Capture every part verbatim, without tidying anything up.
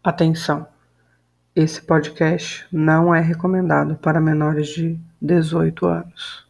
Atenção! Esse podcast não é recomendado para menores de dezoito anos.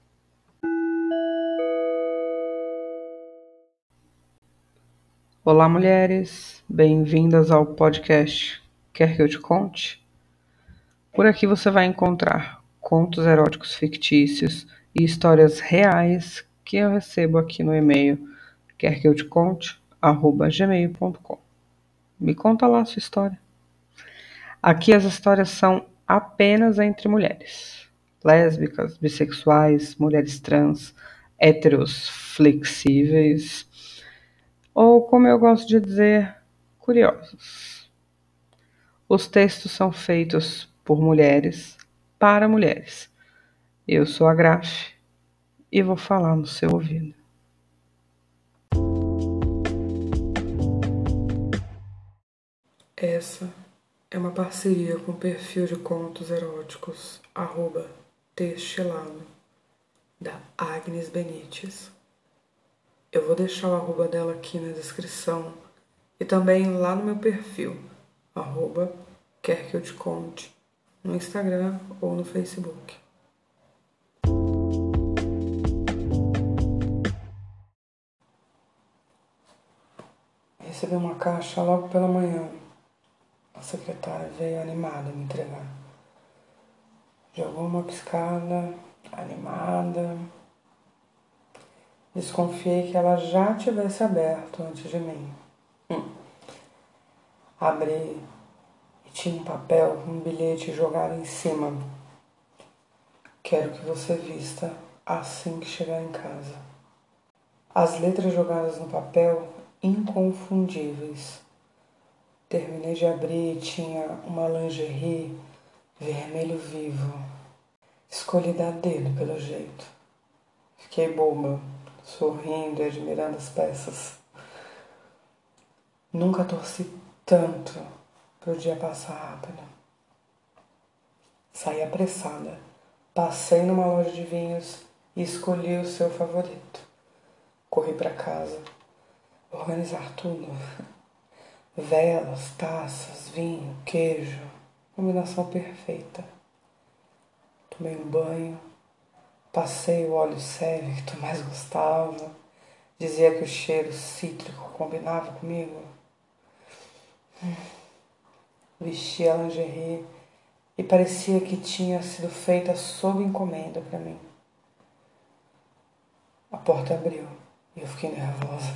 Olá, mulheres! Bem-vindas ao podcast Quer que eu te conte? Por aqui você vai encontrar contos eróticos fictícios e histórias reais que eu recebo aqui no e-mail quer que eu te conte arroba gmail ponto com. Me conta lá a sua história. Aqui as histórias são apenas entre mulheres. Lésbicas, bissexuais, mulheres trans, héteros flexíveis, ou como eu gosto de dizer, curiosos. Os textos são feitos por mulheres, para mulheres. Eu sou a Graf e vou falar no seu ouvido. Essa é uma parceria com o perfil de contos eróticos arroba textilado, da Agnes Benites. Eu vou deixar o arroba dela aqui na descrição e também lá no meu perfil, arroba quer que eu te conte, no Instagram ou no Facebook. Recebi uma caixa logo pela manhã. A secretária veio animada me entregar. Jogou uma piscada, animada. Desconfiei que ela já tivesse aberto antes de mim. Hum. Abri e tinha um papel com um bilhete jogado em cima. Quero que você vista assim que chegar em casa. As letras jogadas no papel, inconfundíveis. Terminei de abrir e tinha uma lingerie vermelho vivo. Escolhi dar dedo pelo jeito. Fiquei boba, sorrindo e admirando as peças. Nunca torci tanto para o dia passar rápido. Saí apressada, passei numa loja de vinhos e escolhi o seu favorito. Corri para casa, organizar tudo. Velas, taças, vinho, queijo, combinação perfeita. Tomei um banho, passei o óleo Seve que tu mais gostava. Dizia que o cheiro cítrico combinava comigo. Vesti a lingerie e parecia que tinha sido feita sob encomenda para mim. A porta abriu e eu fiquei nervosa.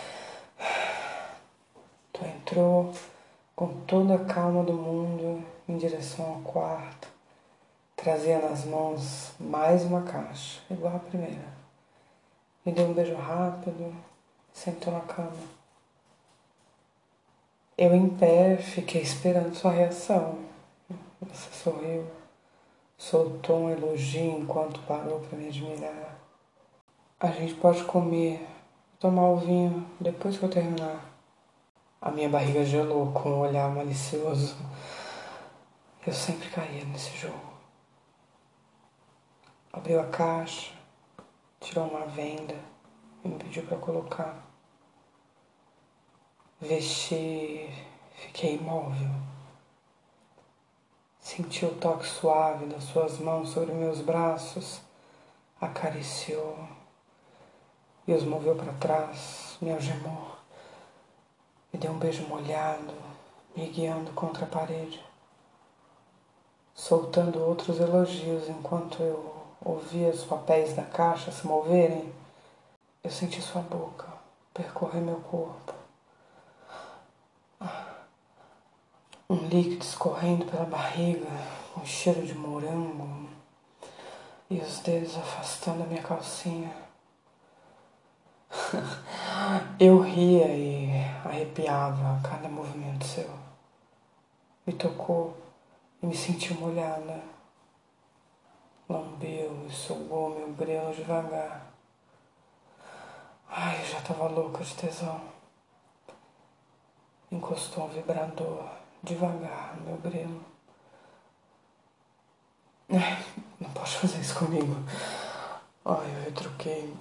Tu entrou com toda a calma do mundo em direção ao quarto. Trazia nas mãos mais uma caixa, igual a primeira. Me deu um beijo rápido e sentou na cama. Eu em pé fiquei esperando sua reação. Você sorriu, soltou um elogio enquanto parou para me admirar. A gente pode comer, tomar o vinho depois que eu terminar. A minha barriga gelou com um olhar malicioso. Eu sempre caía nesse jogo. Abriu a caixa, tirou uma venda e me pediu para colocar. Vesti, fiquei imóvel. Senti o toque suave das suas mãos sobre meus braços, acariciou e os moveu para trás, me algemou, me deu um beijo molhado, me guiando contra a parede, soltando outros elogios enquanto eu ouvia os papéis da caixa se moverem. Eu senti sua boca percorrer meu corpo. Um líquido escorrendo pela barriga, um cheiro de morango e os dedos afastando a minha calcinha. Eu ria e arrepiava a cada movimento seu. Me tocou e me senti molhada. Lambeu e sugou meu grelo devagar. Ai, eu já tava louca de tesão. Encostou um vibrador devagar no meu grelo. Ai, não pode fazer isso comigo. Ai, eu retruquei.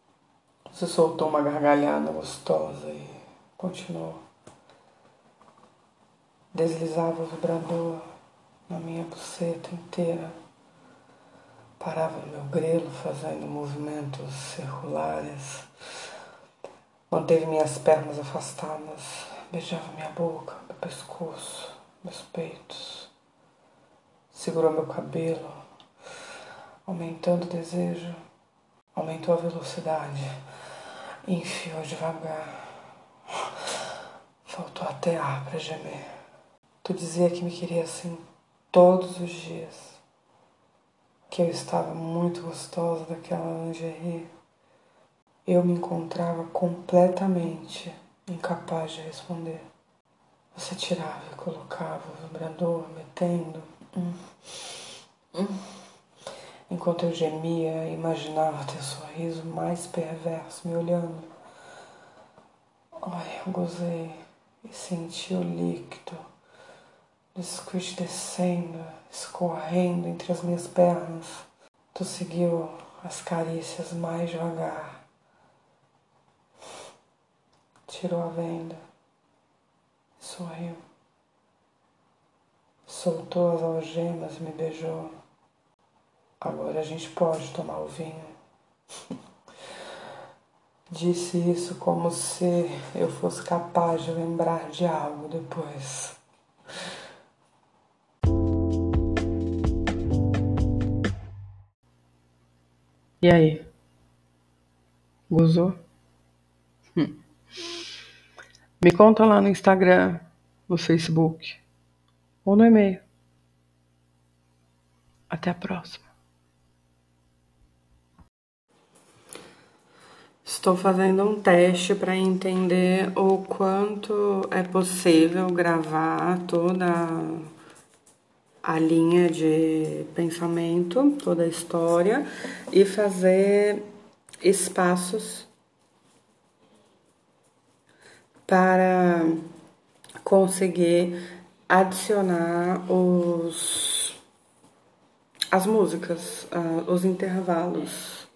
Você soltou uma gargalhada gostosa e continuou. Deslizava o vibrador na minha buceta inteira. Parava no meu grelo fazendo movimentos circulares. Manteve minhas pernas afastadas. Beijava minha boca, meu pescoço, meus peitos. Segurou meu cabelo, aumentando o desejo. Aumentou a velocidade. Enfiou devagar. Faltou até ar pra gemer. Tu dizia que me queria assim todos os dias. Que eu estava muito gostosa daquela lingerie. Eu me encontrava completamente incapaz de responder. Você tirava e colocava o vibrador, metendo. Hum, hum. Enquanto eu gemia e imaginava teu sorriso mais perverso me olhando. Ai, eu gozei e senti o líquido do squish descendo, escorrendo entre as minhas pernas. Tu seguiu as carícias mais devagar. Tirou a venda. Sorriu. Soltou as algemas e me beijou. Agora a gente pode tomar o vinho. Disse isso como se eu fosse capaz de lembrar de algo depois. E aí? Gozou? Hum. Me conta lá no Instagram, no Facebook ou no e-mail. Até a próxima. Estou fazendo um teste para entender o quanto é possível gravar toda a linha de pensamento, toda a história e fazer espaços para conseguir adicionar os, as músicas, uh, os intervalos.